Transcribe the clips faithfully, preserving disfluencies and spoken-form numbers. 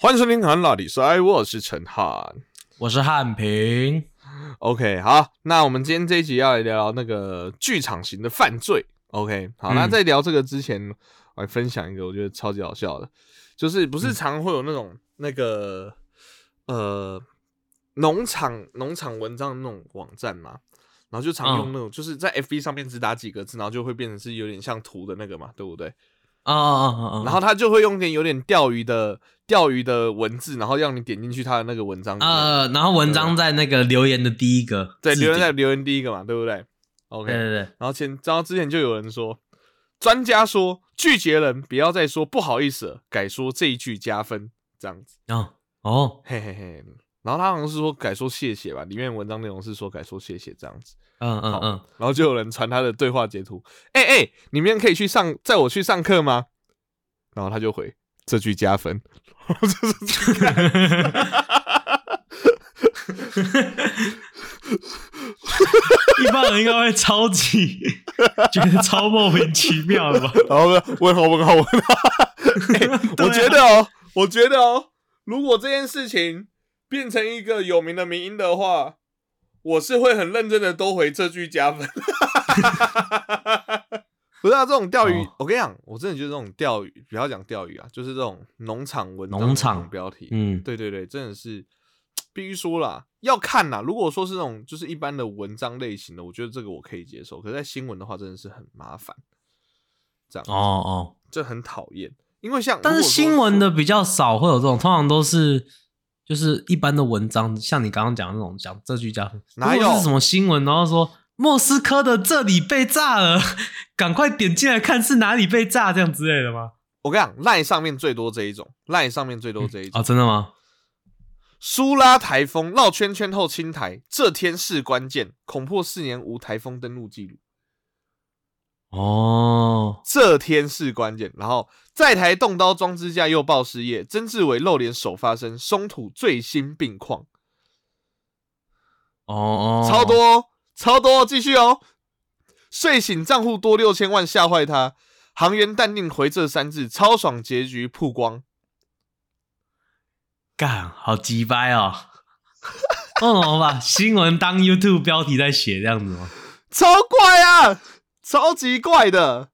欢迎收听韩老比赛，我是陈汉， 我是汉平。 OK， 好，那我们今天这一集要来聊那个剧场型的犯罪。OK， 好，嗯、那在聊这个之前，我来分享一个我觉得超级好笑的，就是不是常会有那种、嗯、那个呃农场农场文章的那种网站嘛，然后就常用那种、嗯、就是在 F B 上面只打几个字，然后就会变成是有点像图的那个嘛，对不对？ 啊啊啊啊！ 然后他就会用点有点钓鱼的钓鱼的文字，然后让你点进去他的那个文章里面。 呃，然后文章在那个留言的第一个， 对，留言在留言第一个嘛，对不对 ？OK， 对对对。 然后前，然后之前就有人说，专家说拒绝人不要再说不好意思了，改说这一句加分，这样子。 哦哦， 嘿嘿嘿。然后他好像是说改说谢谢吧，里面文章内容是说改说谢谢这样子。 嗯嗯嗯。 然后就有人传他的对话截图，哎、欸、哎、欸，你明天可以去上，载我去上课吗？然后他就回这句加分， 一般人应该会超级觉得超莫名其妙的吧？ 然后问号问号问号、欸，我觉得哦，我觉得哦，如果这件事情变成一个有名的迷因的话，我是会很认真的都回这句加分。不是啊，这种钓鱼、哦，我跟你讲，我真的觉得这种钓鱼，不要讲钓鱼啊，就是这种农场文章农场标题， 嗯， 对对对，真的是必须说啦，要看啦。如果说是那种就是一般的文章类型的，我觉得这个我可以接受。可是在新闻的话，真的是很麻烦，这样哦哦， 这很讨厌。因为像， 但是新闻的比较少会有这种，通常都是就是一般的文章，像你刚刚讲的那种，讲这句加分， 哪有是什么新闻，然后说。莫斯科的这里被炸了，赶快点进来看是哪里被炸，这样之类的吗？ 我跟你讲 ，LINE 上面最多这一种 ，LINE 上面最多这一种、 嗯、哦，真的吗？ 苏拉台风绕圈圈后侵台，这天是关键，恐破四年无台风登陆记录。 哦， 这天是关键。然后在台动刀装支架又爆失业，曾志伟露脸首发生松土最新病况。 哦哦， 超多、哦。超多、哦，继续哦！睡醒账户多六千万，吓坏他。航员淡定回这三字，超爽结局曝光。 干，好鸡掰哦！为什么把新闻当 YouTube 标题在写这样子吗？ 超怪啊，超级怪的。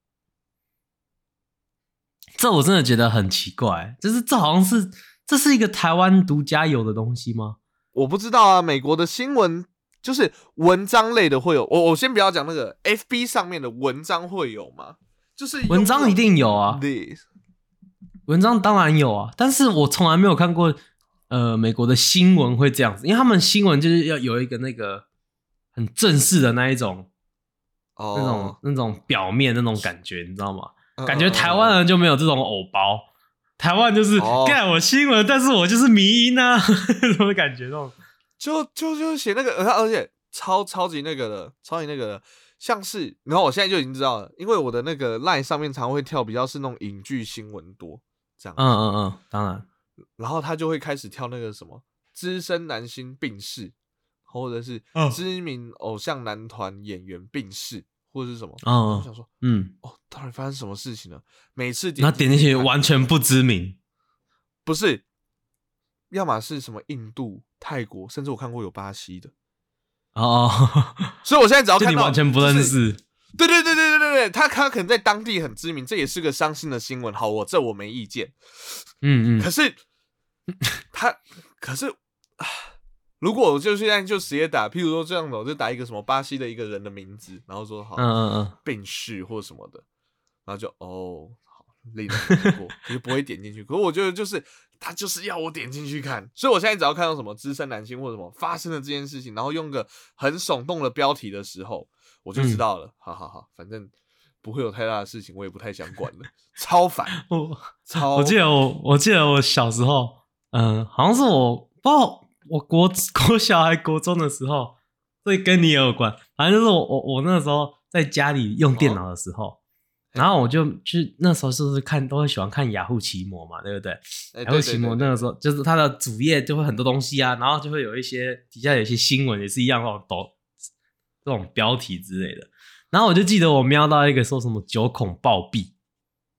这我真的觉得很奇怪，就是这好像是这是一个台湾独家有的东西吗？ 我不知道啊，美国的新闻。就是文章类的会有，我我先不要讲那个 F B 上面的文章会有吗？就是文章一定有啊，文章当然有啊，但是我从来没有看过，呃，美国的新闻会这样子，因为他们新闻就是要有一个那个很正式的那一种，哦、那种那种表面那种感觉，你知道吗？嗯、感觉台湾人就没有这种偶包，台湾就是干、哦、我新闻，但是我就是迷因啊，什么感觉那种。 就就就写那个，而且超超级那个的，超级那个的，像是，然后我现在就已经知道了，因为我的那个 LINE 上面常会跳比较是那种影剧新闻多，这样。 嗯嗯嗯，当然。 然后他就会开始跳那个什么资深男星病逝，或者是知名偶像男团演员病逝，或者是什么。嗯，我想说，嗯，哦，到底发生什么事情了？每次点那点进去完全不知名， 不是，要么是什么印度。泰国，甚至我看过有巴西的哦， 所以我现在只要看到你完全不认识， 就是、对对对对对对对，他他可能在当地很知名，这也是个伤心的新闻。好，我这我没意见， 嗯嗯， 可是他可是如果我就现在就直接打，譬如说这样的，我就打一个什么巴西的一个人的名字，然后说好， 嗯嗯嗯， 病逝或什么的，然后就哦，好，令人难过，就不会点进去。可是我觉得就是他就是要我点进去看，所以我现在只要看到什么资深男星或者什么发生了这件事情，然后用个很耸动的标题的时候，我就知道了。嗯、好好好，反正不会有太大的事情，我也不太想管了。超烦， 我超烦。 我记得我我记得我小时候，嗯、呃，好像是我不知道我国国小还国中的时候，所以跟你也有关。反正就是我我我那时候在家里用电脑的时候。哦，然后我就去那时候是不是看都会喜欢看雅虎奇摩嘛，对不对？雅虎奇摩那个时候就是它的主页就会很多东西啊，然后就会有一些底下有一些新闻也是一样那种抖这种标题之类的。然后我就记得我瞄到一个说什么九孔暴毙，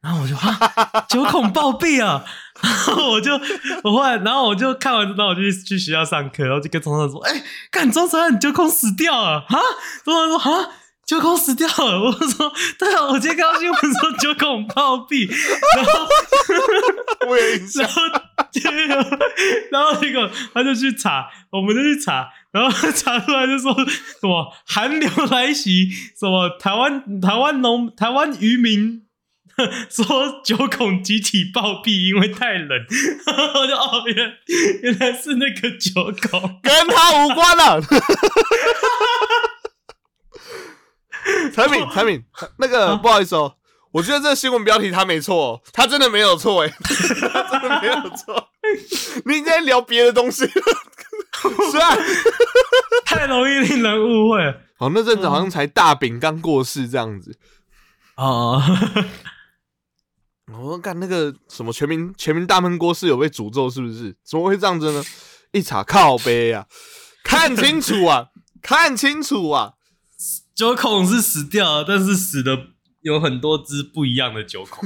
然后我就哈九孔暴毙啊！然后我就我后来，然后我就看完，然后我就去学校上课，然后就跟钟山说：“哎、欸，干钟山，九孔死掉了哈！”钟山说：“哈，九孔死掉了。”我说：“对啊，我今天看到新闻说九孔暴毙。”然后我有印象， 然后然后那个他就去查，我们就去查，然后查出来就说什么寒流来袭，什么台湾台湾农台湾渔民。说九孔集体暴毙，因为太冷，我就哦，原来原来是那个九孔， 跟他无关了。产品产品，那个、啊、不好意思哦，我觉得这个新闻标题他没错、哦，他真的没有错哎，他真的没有错。你应该聊别的东西了，是啊， 太容易令人误会。 好，那阵子好像才大饼刚过世这样子。 哦。 我说干那个什么全民全民大闷锅是有被诅咒是不是？怎么会这样子呢？一查靠北啊，看清楚啊，看清楚啊！ 九孔是死掉了，但是死的有很多只不一样的九孔。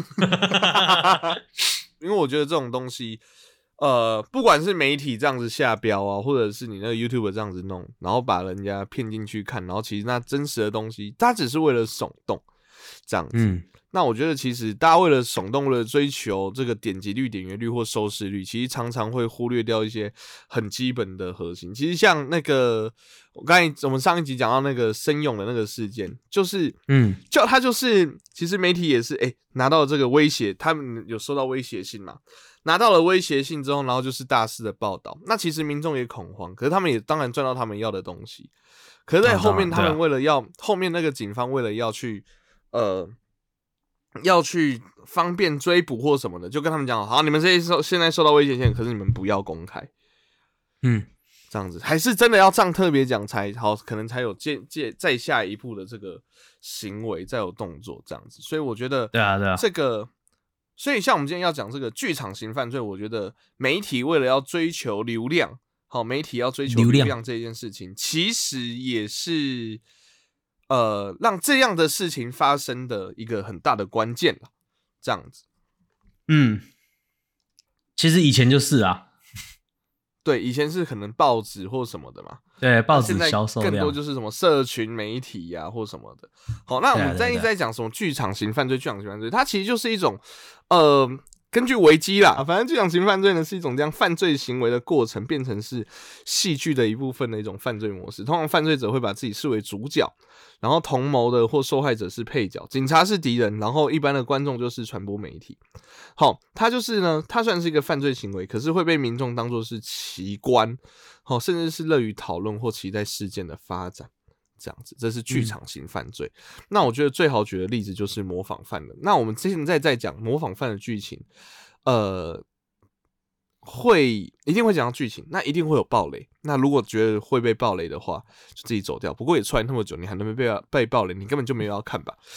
因为我觉得这种东西，呃，不管是媒体这样子下标啊，或者是你那个 YouTube 这样子弄，然后把人家骗进去看，然后其实那真实的东西，它只是为了耸动这样子。嗯，那我觉得其实大家为了耸动，为了追求这个点击率、点阅率或收视率，其实常常会忽略掉一些很基本的核心。其实像那个我刚才我们上一集讲到那个申勇的那个事件，就是嗯，就他就是其实媒体也是哎、欸、拿到了这个威胁，他们有收到威胁信嘛，拿到了威胁信之后，然后就是大肆的报道，那其实民众也恐慌，可是他们也当然赚到他们要的东西，可是在后面他们为了要、啊、后面那个警方为了要去呃。要去方便追捕或什么的，就跟他们讲好，你们这些受现在受到威胁线，可是你们不要公开，嗯，这样子还是真的要这样特别讲才好，可能才有接接再下一步的这个行为，再有动作这样子。所以我觉得， 对啊，对啊， 这个，所以像我们今天要讲这个剧场型犯罪，我觉得媒体为了要追求流量，好，媒体要追求流量这件事情，其实也是。呃，让这样的事情发生的一个很大的关键啦，这样子。 嗯，其实以前就是啊， 对，以前是可能报纸或什么的嘛， 对，报纸销售量更多就是什么社群媒体呀、啊、或什么的。好，那我们再一直在讲什么剧场型犯罪，剧场型犯罪，它其实就是一种呃。根据维基啦，反正剧场型犯罪呢是一种将犯罪行为的过程变成是戏剧的一部分的一种犯罪模式。通常犯罪者会把自己视为主角，然后同谋的或受害者是配角，警察是敌人，然后一般的观众就是传播媒体。好，它就是呢，它虽然是一个犯罪行为，可是会被民众当作是奇观，好，甚至是乐于讨论或期待事件的发展。这样子，这是剧场型犯罪、嗯。那我觉得最好举的例子就是模仿犯了。那我们现在在讲模仿犯的剧情，呃，会一定会讲到剧情，那一定会有爆雷。那如果觉得会被爆雷的话，就自己走掉。不过也出来那么久，你还能被被爆雷，你根本就没有要看吧？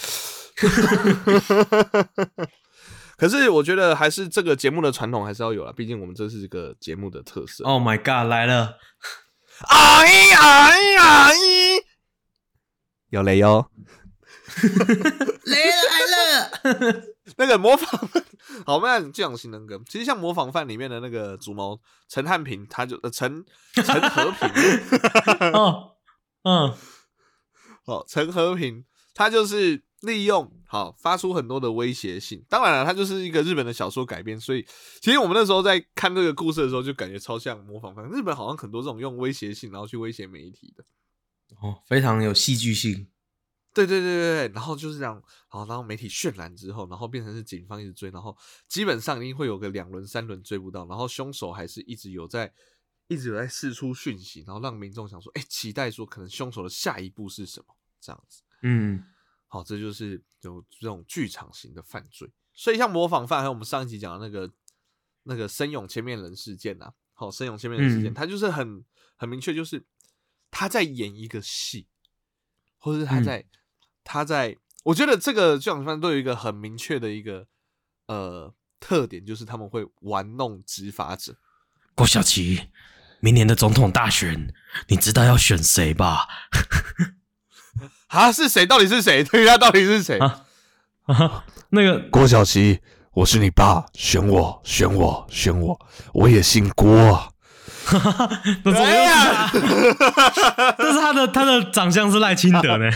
可是我觉得还是这个节目的传统还是要有啦，毕竟我们这是一个节目的特色。 Oh my god， 来了！ 哎呀哎呀哎！有雷哦， 雷来了！ 那个模仿犯，好，我们来讲剧场型人格。其实像模仿犯里面的那个主谋陈汉平，他就呃陈陈和平，哦，嗯，好，陈和平，他就是利用好发出很多的威胁性。当然了，他就是一个日本的小说改编，所以其实我们那时候在看这个故事的时候，就感觉超像模仿犯。日本好像很多这种用威胁性然后去威胁媒体的。 哦，非常有戏剧性。 对对对对对，然后就是这样，好，然后媒体渲染之后，然后变成是警方一直追，然后基本上一定会有个两轮三轮追不到，然后凶手还是一直有在一直有在释出讯息，然后让民众想说，哎，期待说可能凶手的下一步是什么，这样子。嗯，好，这就是有这种剧场型的犯罪。所以像模仿犯，还有我们上一集讲的那个那个申勇千面人事件啊，好，申勇千面人事件，他、嗯、就是很很明确，就是他在演一个戏，或者是他在、嗯、他在，我觉得这个剧场犯都有一个很明确的一个呃特点，就是他们会玩弄执法者。 郭晓琪，明年的总统大选，你知道要选谁吧？ 啊，是谁？到底是谁？对，他到底是谁？啊那个郭晓琪，我是你爸，选我，选我，选我，我也姓郭啊。 那怎么又是他？但是他的他的长相是赖清德呢。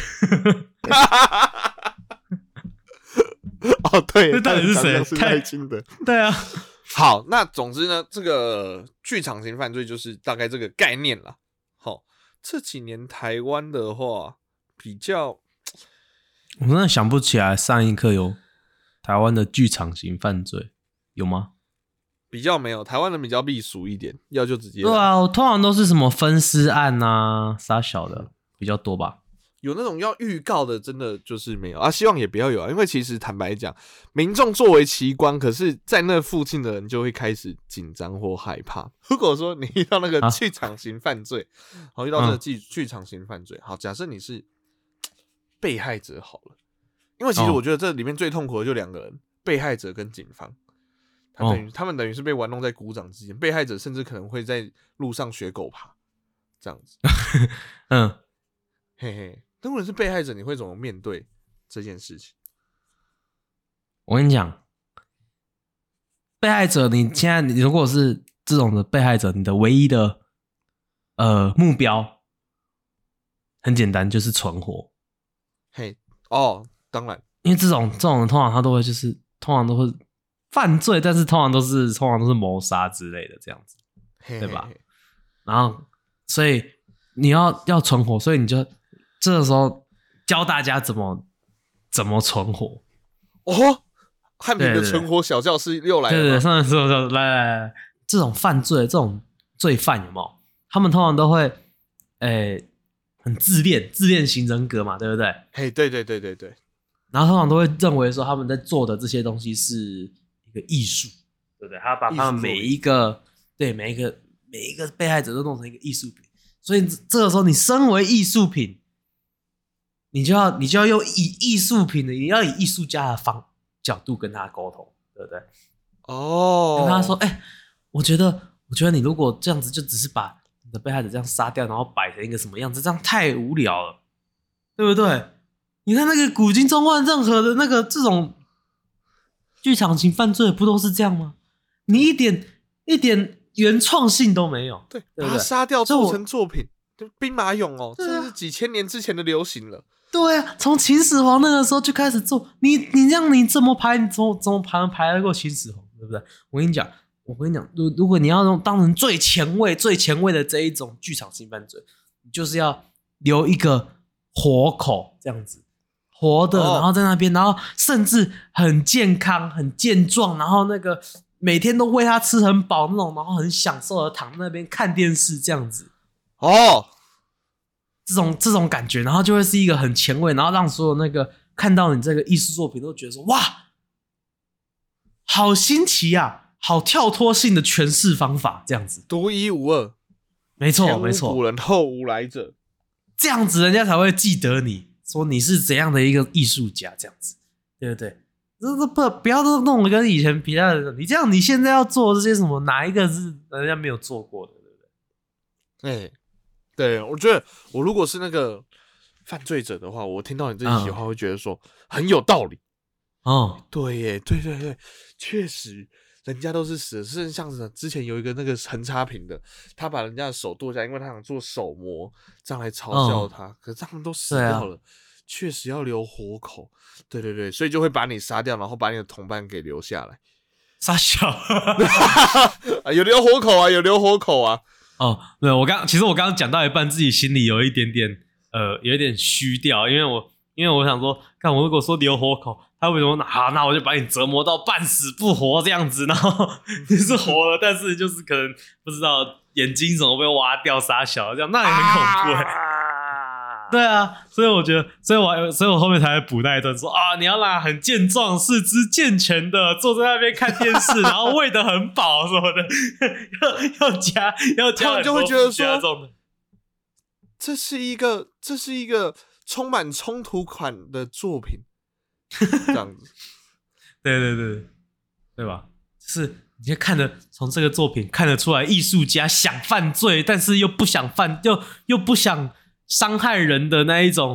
哦，对， 这到底是谁？ 是赖清德。 对啊。 好，那总之呢，这个剧场型犯罪就是大概这个概念啦。好，这几年台湾的话比较， 我真的想不起来上一课有台湾的剧场型犯罪有吗？ 比较没有，台湾人比较避俗一点，要就直接。 对啊，我通常都是什么分尸案啊、杀小的比较多吧。 有那种要预告的，真的就是没有啊。希望也不要有啊，因为其实坦白讲，民众作为奇观，可是在那附近的人就会开始紧张或害怕。如果说你遇到那个剧场型犯罪，好、啊、遇到这个剧剧场型犯罪，好，假设你是被害者好了，因为其实我觉得这里面最痛苦的就两个人，被害者跟警方。他等于、哦、他们等于是被玩弄在鼓掌之间，被害者甚至可能会在路上学狗爬，这样子。嗯，嘿嘿，如果你是被害者，你会怎么面对这件事情？ 我跟你讲，被害者，你现在你如果是这种的被害者，你的唯一的呃目标很简单，就是存活。 嘿，哦，当然， 因为这种这种人通常他都会就是通常都会。犯罪，但是通常都是通常都是谋杀之类的这样子，嘿嘿嘿对吧？然后，所以你要要存活，所以你就这个时候教大家怎么怎么存活。 哦，汉平的存活小教室又来了。 对对对，上次说来来来，这种犯罪这种罪犯有没有？他们通常都会诶、欸、很自恋，自恋型人格嘛，对不对？ 嘿，对对对对对。 然后通常都会认为说他们在做的这些东西是。一个艺术，对不对？他把他们每一个对每一个每一个被害者都弄成一个艺术品，所以这个时候你身为艺术品，你就要你就要用以艺术品的，你要以艺术家的方角度跟他沟通，对不对？哦，跟他说，哎、欸，我觉得我觉得你如果这样子就只是把你的被害者这样杀掉，然后摆成一个什么样子，这样太无聊了，对不对？你看那个古今中外任何的那个这种。剧场型犯罪不都是这样吗？你一点一点原创性都没有， 对，把他杀掉做成作品，兵马俑哦，这、啊、是几千年之前的流行了。 对啊，从秦始皇那个时候就开始做，你你这样你怎么排，你怎么怎么排排得过秦始皇，对不对？我跟你讲，我跟你讲，如如果你要用当成最前卫、最前卫的这一种剧场型犯罪，你就是要留一个活口这样子。活的，然后在那边，然后甚至很健康、很健壮，然后那个每天都喂他吃很饱那种，然后很享受的躺在那边看电视这样子。哦，这种这种感觉，然后就会是一个很前卫，然后让所有那个看到你这个艺术作品都觉得说哇，好新奇啊，好跳脱性的诠释方法，这样子独一无二。 没错，没错， 古人后无来者， 这样子人家才会记得你。说你是怎样的一个艺术家，这样子，对不对？这不不要都弄得跟以前比较的，你这样你现在要做这些什么，哪一个是人家没有做过的，对不对？哎、欸，对，我觉得我如果是那个犯罪者的话，我听到你这句话会觉得说、嗯、很有道理。哦，对耶，对对对，确实，人家都是死的，甚至像是之前有一个那个横插屏的，他把人家的手剁下来，因为他想做手模，这样来嘲笑他，嗯、可是他们都死掉了。确实要留活口，对对对，所以就会把你杀掉，然后把你的同伴给留下来。 杀小有留活口啊，有留活口啊。 哦，对，我刚其实我刚刚讲到一半，自己心里有一点点呃，有一点虚掉，因为我因为我想说，看我如果说留活口，他为什么好、啊？那我就把你折磨到半死不活这样子，然后你是活了，但是就是可能不知道眼睛怎么被挖掉杀小这样，那也很恐怖、欸。啊对啊，所以我觉得，所以我所以我后面才会补那一段说啊，你要让很健壮、四肢健全的坐在那边看电视，然后喂得很饱什么的，要要加要加， 他们就会觉得说，这是一个这是一个充满冲突感的作品，这样子， 对对对对吧？是你就看得从这个作品看得出来，艺术家想犯罪，但是又不想犯，又又不想伤害人的那一种，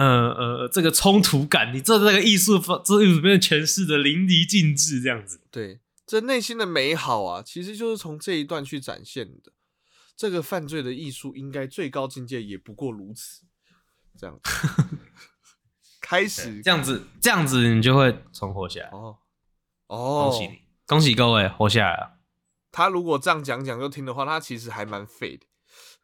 呃呃这个冲突感，你这这个艺术这艺术片诠释的淋漓尽致，这样子。 对，这内心的美好啊，其实就是从这一段去展现的。这个犯罪的艺术应该最高境界也不过如此，这样开始这样子，这样子你就会存活下来。 哦哦， 恭喜你，恭喜各位活下来了。 他如果这样讲讲就听的话，他其实还蛮废的。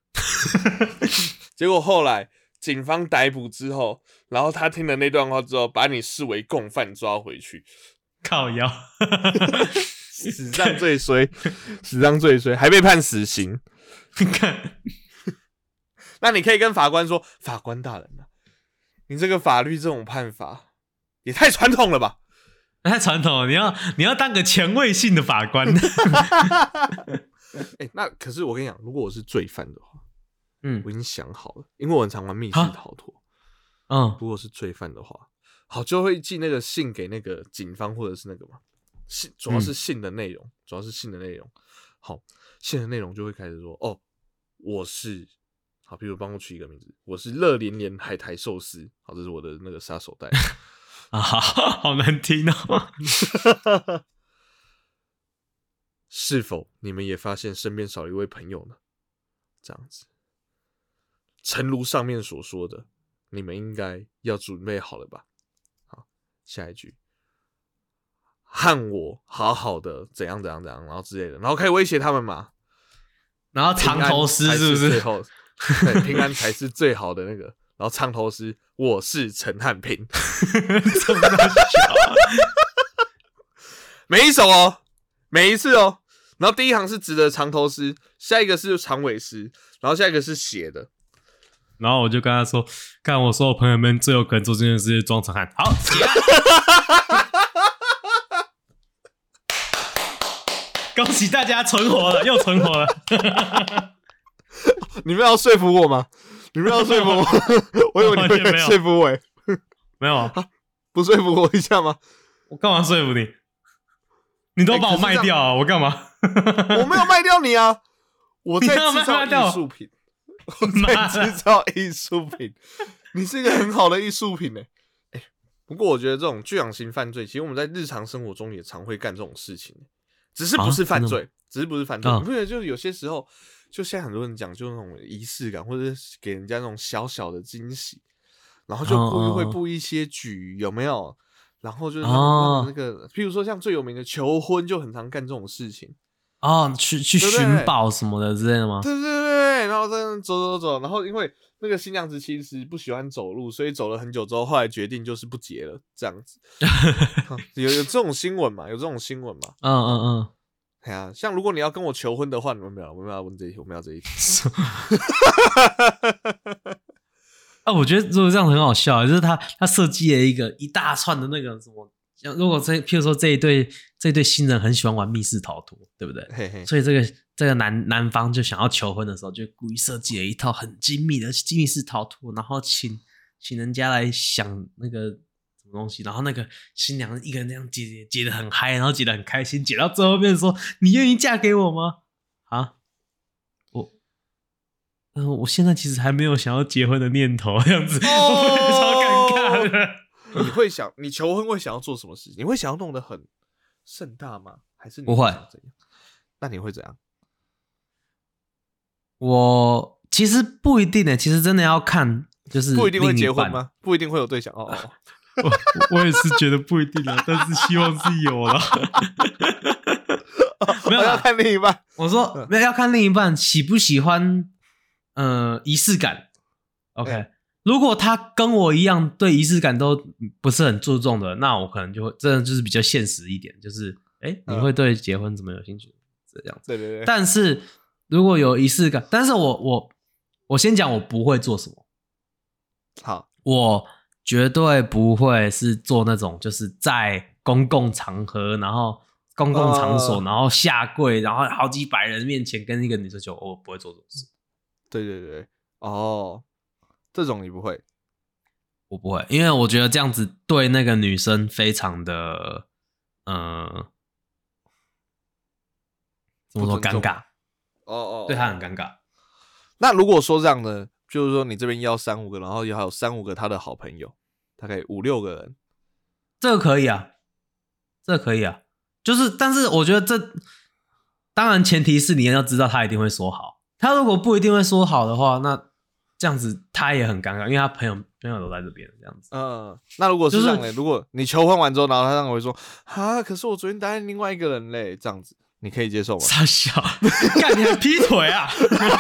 结果后来警方逮捕之后，然后他听了那段话之后，把你视为共犯抓回去， 靠腰， 史上最衰，史上最衰，还被判死刑。 看， 那你可以跟法官说：“法官大人啊，你这个法律这种判罚也太传统了吧？ 太传统了，你要你要当个前卫性的法官。” 哎、欸，那可是我跟你讲，如果我是罪犯的话， 嗯， 我已经想好了，因为我很常玩密室逃脱。 嗯， 如果是罪犯的话，好就会寄那个信给那个警方或者是那个嘛，信主要是信的内容，嗯、主要是信的内容。好，信的内容就会开始说，哦，我是好，比如帮我取一个名字，我是热连连海苔寿司，好，这是我的那个杀手带啊，好难听哦。 是否你们也发现身边少了一位朋友呢？这样子，诚如上面所说的，你们应该要准备好了吧？好，下一句，和我好好的怎样怎样怎样，然后之类的，然后开始威胁他们嘛。 然后藏头诗是不是？ 最后，对，平安才是最好的那个。然后唱头诗，我是陈汉平。 这么小， 每一首哦，每一次哦。然后第一行是直的长头诗，下一个是长尾诗，然后下一个是斜的。 然后我就跟他说：“看我所有朋友们最有可能做这件事，装成汉。”好，结案。恭喜大家存活了，又存活了。 你们要说服我吗？你们要说服我？我以为你们说服我、欸， 没有啊？ 不说服我一下吗？ 我干嘛说服你？你都把我卖掉啊！我干嘛？ 我没有卖掉你啊！我在制造艺术品，我在制造艺术品。你是一个很好的艺术品呢、欸欸。不过我觉得这种剧场型犯罪，其实我们在日常生活中也常会干这种事情、欸，只是不是犯罪，啊、只是不是犯罪。你不觉得就是有些时候，就现在很多人讲究那种仪式感，或者是给人家那种小小的惊喜，然后就故意会布一些局，有没有？然后就是那个，哦、譬如说像最有名的求婚，就很常干这种事情。 哦，去去寻宝什么的之类的吗？ 对对对对，然后在那走走走，然后因为那个新娘子其实不喜欢走路，所以走了很久之后，后来决定就是不结了，这样子。有有这种新闻嘛？有这种新闻嘛？ 嗯嗯嗯。 哎呀，像如果你要跟我求婚的话，你们没有，我们要问这一题，我们要这一题。 啊，我觉得如果这样很好笑，就是他他设计了一个一大串的那个什么，像如果这譬如说这一对这一对新人很喜欢玩密室逃脱，对不对？ 嘿嘿， 所以这个这个男男方就想要求婚的时候，就故意设计了一套很精密的密室逃脱，然后请请人家来想那个什么东西，然后那个新娘一个人那样解解得很嗨，然后解得很开心，解到最后面说：“你愿意嫁给我吗？”啊，我。嗯，我现在其实还没有想要结婚的念头，这样子，哦、我会超尴尬的。 你会想，你求婚会想要做什么事情？你会想要弄得很盛大吗？还是你不会？ 怎样？那你会怎样？ 我其实不一定呢、欸，其实真的要看，就是不一定会结婚吗？不一定会有对象哦哦。 我我也是觉得不一定啊，但是希望是有了。 没有要看另一半。 我说没有要看另一半喜不喜欢。呃，仪式感 ，OK、欸。如果他跟我一样对仪式感都不是很注重的，那我可能就会真的就是比较现实一点，就是哎、欸，你会对结婚怎么有兴趣？这样子。 对对对。 但是如果有仪式感，但是我我我先讲我不会做什么。 好， 我绝对不会是做那种就是在公共场合，然后公共场所，呃、然后下跪，然后好几百人面前跟一个女生求婚，我不会做这种事。 对对对，哦，这种你不会， 我不会，因为我觉得这样子对那个女生非常的，呃，怎么说尴尬？ 哦哦， 对她很尴尬。 那如果说这样呢， 就是说你这边要三五个，然后也还有三五个他的好朋友，大概五六个人， 这个可以啊，这个可以啊，就是但是我觉得这当然前提是你要知道他一定会说好，他如果不一定会说好的话，那这样子他也很尴尬，因为他朋友朋友都在这边这样子。 嗯，那如果是这样嘞，就是、如果你求婚完之后，然后他让我会说啊，可是我昨天答应另外一个人嘞，这样子你可以接受吗？ 傻小，干你还劈腿啊？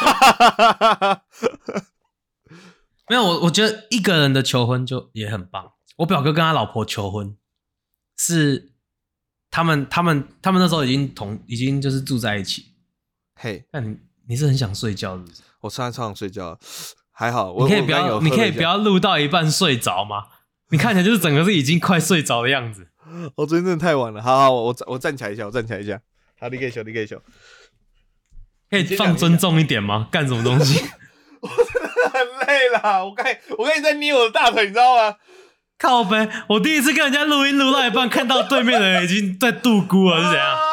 没有，我我觉得一个人的求婚就也很棒。我表哥跟他老婆求婚，是他们他们他们那时候已经同已经就是住在一起。 嘿， 那你你是很想睡觉是不是？ 我超超想睡觉，还好。我你可以不要你可以不要录到一半睡着吗？你看起来就是整个是已经快睡着的样子。 我昨天真的太晚了，好好，我我站起来一下，我站起来一下。好，你可以休，你可以休。 可以放尊重一点吗？干什么东西？ 我真的很累啦，我刚我刚才在捏我的大腿，你知道吗？ 靠北，我第一次跟人家录音录到一半，看到对面的人已经在度咕了，是怎样？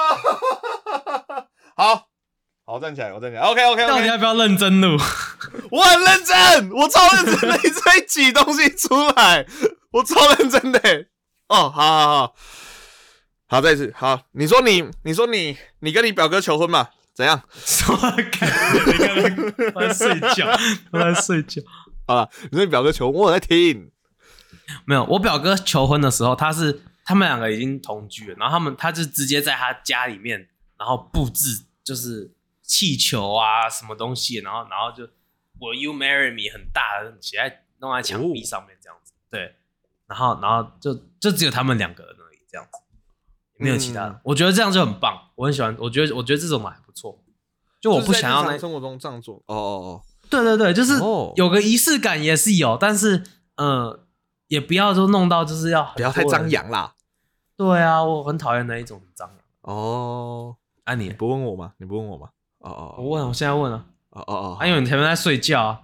好，好，站起来，我站起来。OK OK OK。 到底要不要认真录？ 我很认真，我超认真的，一直在挤东西出来，我超认真的。哦，好好好，好，再一次，好，你说你，你说你，你跟你表哥求婚嘛？怎样？ 什么感觉？你刚刚我在睡觉，我在睡觉。 好了，你说你表哥求婚，我在听。 没有，我表哥求婚的时候，他是他们两个已经同居了，然后他们他就直接在他家里面，然后布置就是气球啊什么东西，然后然后就 Will you marry me 很大的写在弄在墙壁上面这样子，哦、对，然后然后就就只有他们两个人而已这样子。没有其他的、嗯，我觉得这样就很棒，我很喜欢。我觉得，我觉得这种还不错。就我不想要在生活中这样做。哦哦哦， 对对对，就是有个仪式感也是有，但是呃，也不要就弄到就是要不要太张扬啦。 对啊，我很讨厌那一种很张扬。 哦， 啊你， 你不问我吗？你不问我吗？哦哦， 我问，我现在问了。 哦哦哦， 啊，因为你前面在睡觉啊。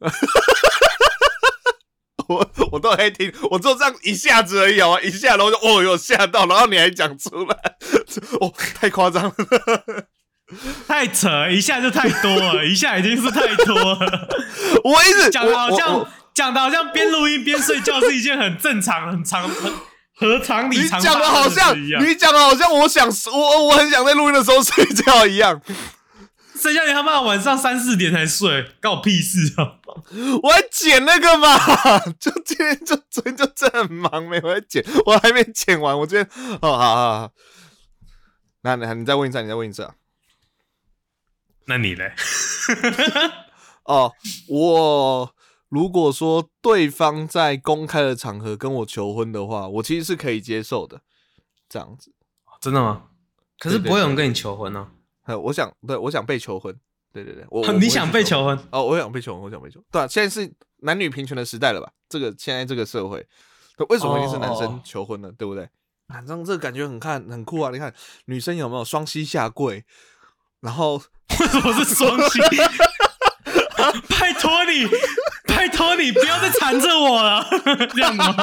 我我都在听，我就这样一下子而已啊，一下然后就哦有吓到，然后你还讲出来，哦太夸张了， 太扯了，一下就太多了，一下已经是太多了。 我一直讲的好像讲的好像边录音边睡觉是一件很正常、很常、很合常理常发生的事一样。 你讲的好像我想我我很想在录音的时候睡觉一样。 谁叫你他妈晚上三四点才睡，关我屁事啊！ 我还剪那个嘛，就今天就昨天就真的很忙，没有在剪，我还没剪完。我今天哦，好好好，那你你再问一次，你再问一次啊？ 那你嘞？ 哦，我如果说对方在公开的场合跟我求婚的话，我其实是可以接受的，这样子。 真的吗？可是不会有人跟你求婚呢、 啊。我想，对，我想被求婚。对对对，我你想被求婚哦？我想被求婚，我想被求婚。对啊，现在是男女平权的时代了吧？这个现在这个社会，为什么一定是男生求婚呢？ Oh. 对不对？啊，这样这个感觉很看很酷啊！你看女生有没有双膝下跪？然后为什么是双膝？拜托你，拜托你，不要再缠着我了，这样吗？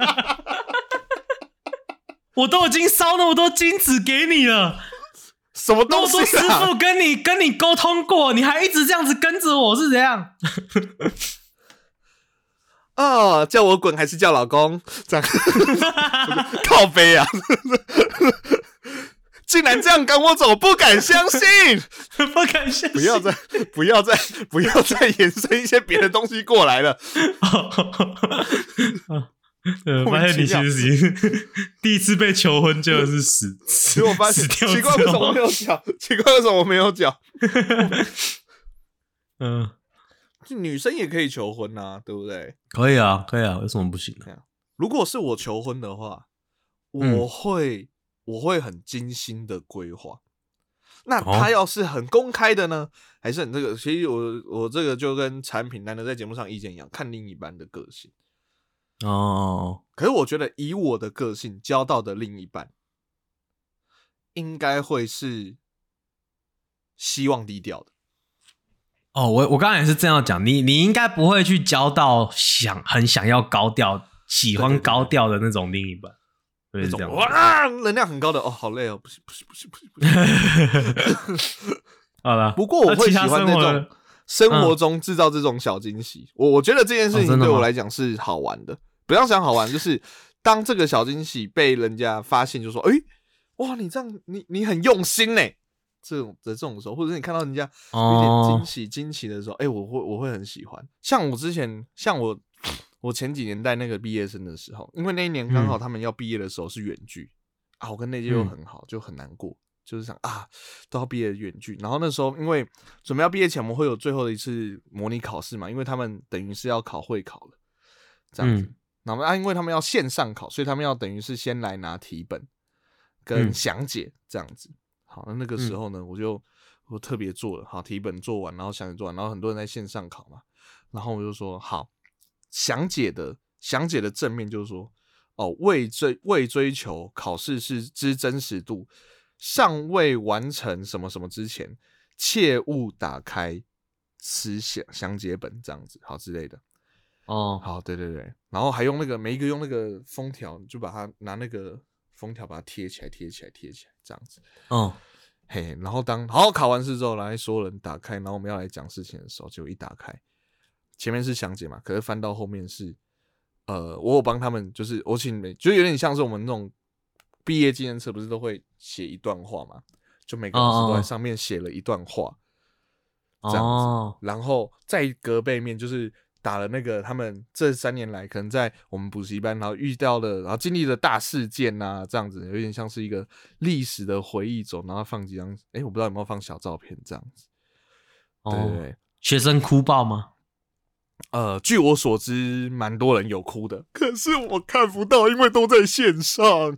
我都已经烧那么多金子给你了。 什么东西、啊？ 那么多师傅跟你跟你沟通过，你还一直这样子跟着我，是怎样？ 哦，叫我滚还是叫老公？这样靠背啊！竟然这样赶我走，不敢相信， 不敢相信！ 不要再不要再不要再延伸一些别的东西过来了。 呃，发现你其实已经第一次被求婚就是死， 其实我发现奇怪为什么我没有脚，奇怪为什么我没有脚。嗯，女生也可以求婚啊，对不对？ 可以啊，可以啊，为什么不行呢？ 如果是我求婚的话，我会、嗯、我会很精心的规划。那他要是很公开的呢，哦、还是很这个？其实我我这个就跟产品难得在节目上意见一样，看另一半的个性。 哦， 可是我觉得以我的个性交到的另一半，应该会是希望低调的。 哦，我我刚才也是这样讲，你你应该不会去交到想很想要高调、喜欢高调的那种另一半， 那种哇能量很高的哦，好累哦，不是不是不是不是不是。 好了， 不过我会喜欢那种生活中制造这种小惊喜，我我觉得这件事情对我来讲是好玩的。不要想好玩，就是当这个小惊喜被人家发现，就说：“哎、欸，哇，你这样，你你很用心呢。”这种的这种时候，或者是你看到人家有点惊喜惊喜的时候，哎、欸，我会我会很喜欢。像我之前，像我我前几年带那个毕业生的时候，因为那一年刚好他们要毕业的时候是远距、嗯、啊，我跟那届又很好，就很难过。就是想啊，都要毕业的远距，然后那时候因为准备要毕业前，我们会有最后的一次模拟考试嘛，因为他们等于是要考会考了，这样子。嗯、然后啊，因为他们要线上考，所以他们要等于是先来拿题本跟详解这样子。嗯、好，那那个时候呢，我就我特别做了，好，题本做完，然后详解做完，然后很多人在线上考嘛，然后我就说好，详解的详解的正面就是说，哦，为追为追求考试是之真实度。尚未完成什么什么之前，切勿打开此详解本，这样子好之类的。哦，好，对对对，然后还用那个每一个用那个封条，就把它拿那个封条把它贴起来，贴起来，贴起来，这样子。哦，嘿，然后当好考完试之后，来所有人打开，然后我们要来讲事情的时候，就一打开，前面是详解嘛，可是翻到后面是，呃，我有帮他们，就是我请每，就有点像是我们那种。毕业纪念册不是都会写一段话吗？就每个老师都在上面写了一段话， oh. 这样子。Oh. 然后在隔背面就是打了那个他们这三年来可能在我们补习班，然后遇到的，然后经历的大事件啊，这样子有点像是一个历史的回忆走，然后放几张，哎、欸，我不知道有没有放小照片这样子。Oh. 对对对， 学生哭爆吗？ 呃，据我所知，蛮多人有哭的，可是我看不到，因为都在线上。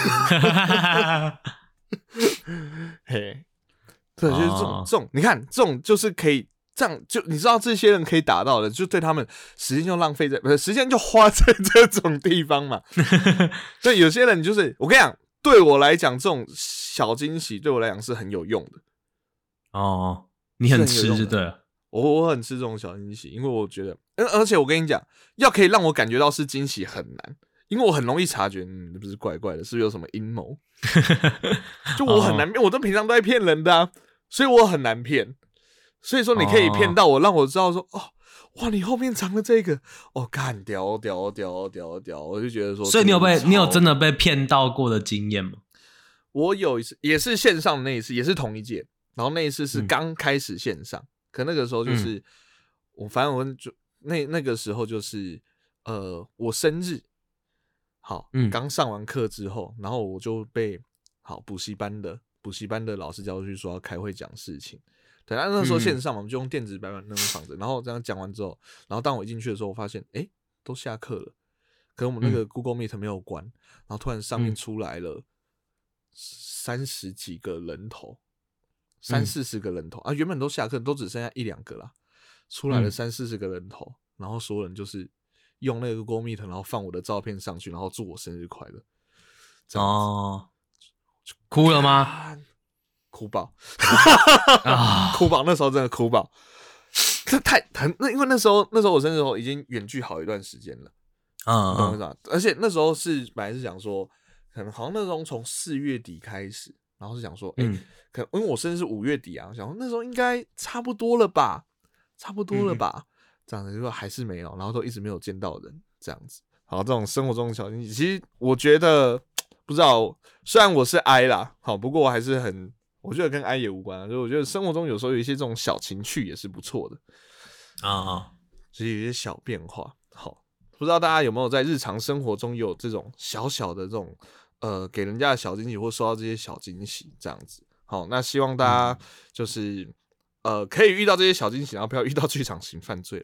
嘿，对，就是这种、哦、这种，你看，这种就是可以这样，就你知道这些人可以达到的，就对他们时间就浪费在，不是时间就花在这种地方嘛。但有些人就是，我跟你讲，对我来讲，这种小惊喜对我来讲是很有用的。 哦，你很吃就对了。 我我很吃这种小惊喜，因为我觉得，而且我跟你讲，要可以让我感觉到是惊喜很难，因为我很容易察觉，嗯，不是怪怪的，是不是有什么阴谋？就我很难骗，我都平常都在骗人的啊，所以我很难骗。所以说你可以骗到我，让我知道说，哦，哇，你后面藏了这个，哦，干屌屌屌屌屌，我就觉得说， 所以你有被，你有真的被骗到过的经验吗？ 我有一次，也是线上的那一次，也是同一届，然后那一次是刚开始线上。嗯，可那个时候就是、嗯、我，反正我就那那个时候就是呃我生日，好，刚、嗯、上完课之后，然后我就被好补习班的补习班的老师叫过去说要开会讲事情，对，那那时候线上嘛，我们就用电子白板那种放着，然后这样讲完之后，然后当我一进去的时候，我发现哎、欸、都下课了，可是我们那个 Google Meet 没有关，然后突然上面出来了三十几个人头。三四十个人头、嗯、啊，原本都下课，都只剩下一两个啦，出来了三四十个人头、嗯，然后所有人就是用那个 Google Meet， 然后放我的照片上去，然后祝我生日快乐。 哦，哭了吗？ 哭爆啊！哭爆，那时候真的哭爆。这太很，那因为那时候那时候我生日的时候已经远距好一段时间了，嗯，懂我意思吧？而且那时候是本来是想说，可能好像那时候从四月底开始。然后是想说，哎、欸嗯，可因为我生日是五月底啊，我想说那时候应该差不多了吧，差不多了吧，嗯、这样子就说还是没有，然后都一直没有见到人，这样子。好，这种生活中的小惊喜，其实我觉得不知道，虽然我是 I 啦，好，不过我还是很，我觉得跟 I 也无关啊，所以我觉得生活中有时候有一些这种小情趣也是不错的啊，所以有一些小变化。好，不知道大家有没有在日常生活中有这种小小的这种。呃，给人家的小惊喜或收到这些小惊喜，这样子。好，那希望大家就是、嗯、呃可以遇到这些小惊喜，然后不要遇到剧场型犯罪了。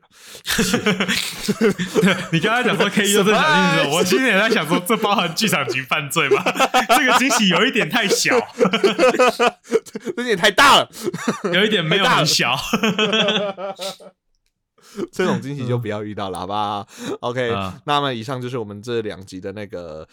你刚才讲说可以遇到这小惊喜，我心里也在想说，这包含剧场型犯罪吗？这个惊喜有一点太小， 有点太大了， 有一点没有很小。 这种惊喜就不要遇到了，好吧 ？OK，、嗯、那么以上就是我们这两集的那个。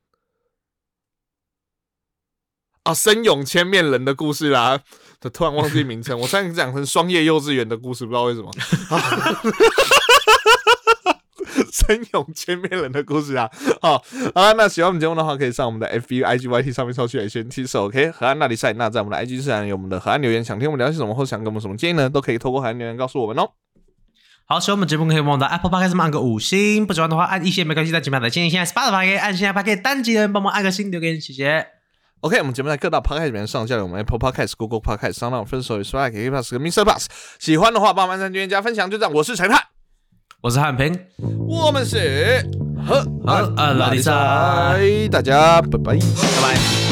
啊，森永千面人的故事啦，突然忘记名称，我差点讲成双叶幼稚园的故事，不知道为什么。 生勇千面人的故事啊。好，好了，那喜欢我们节目的话，可以上我们的 F B、I G、Y T 上面搜取 H N T 是 OK 河岸那里赛。那在我们的 I G 上有我们的河岸留言，想听我们聊些什么，或想给我们什么建议呢，都可以透过河岸留言告诉我们哦。 好，喜欢我们节目可以帮我们的 Apple Podcast 上按个五星，不喜欢的话按一星没关系，但请把的建议现在 Spotify 可以按现在 Podcast 单集的人帮忙按个星留言，谢谢。 OK， 我们节目在各大 Podcast 里面上架了，我们 Apple Podcast、Google Podcast、SoundOn、分手与 Spotify、K K Plus、喜欢的话帮忙按订阅加分享，就这样。我是陈汉， 我是汉平， 我们是河岸那里赛， 大家拜拜， 拜拜。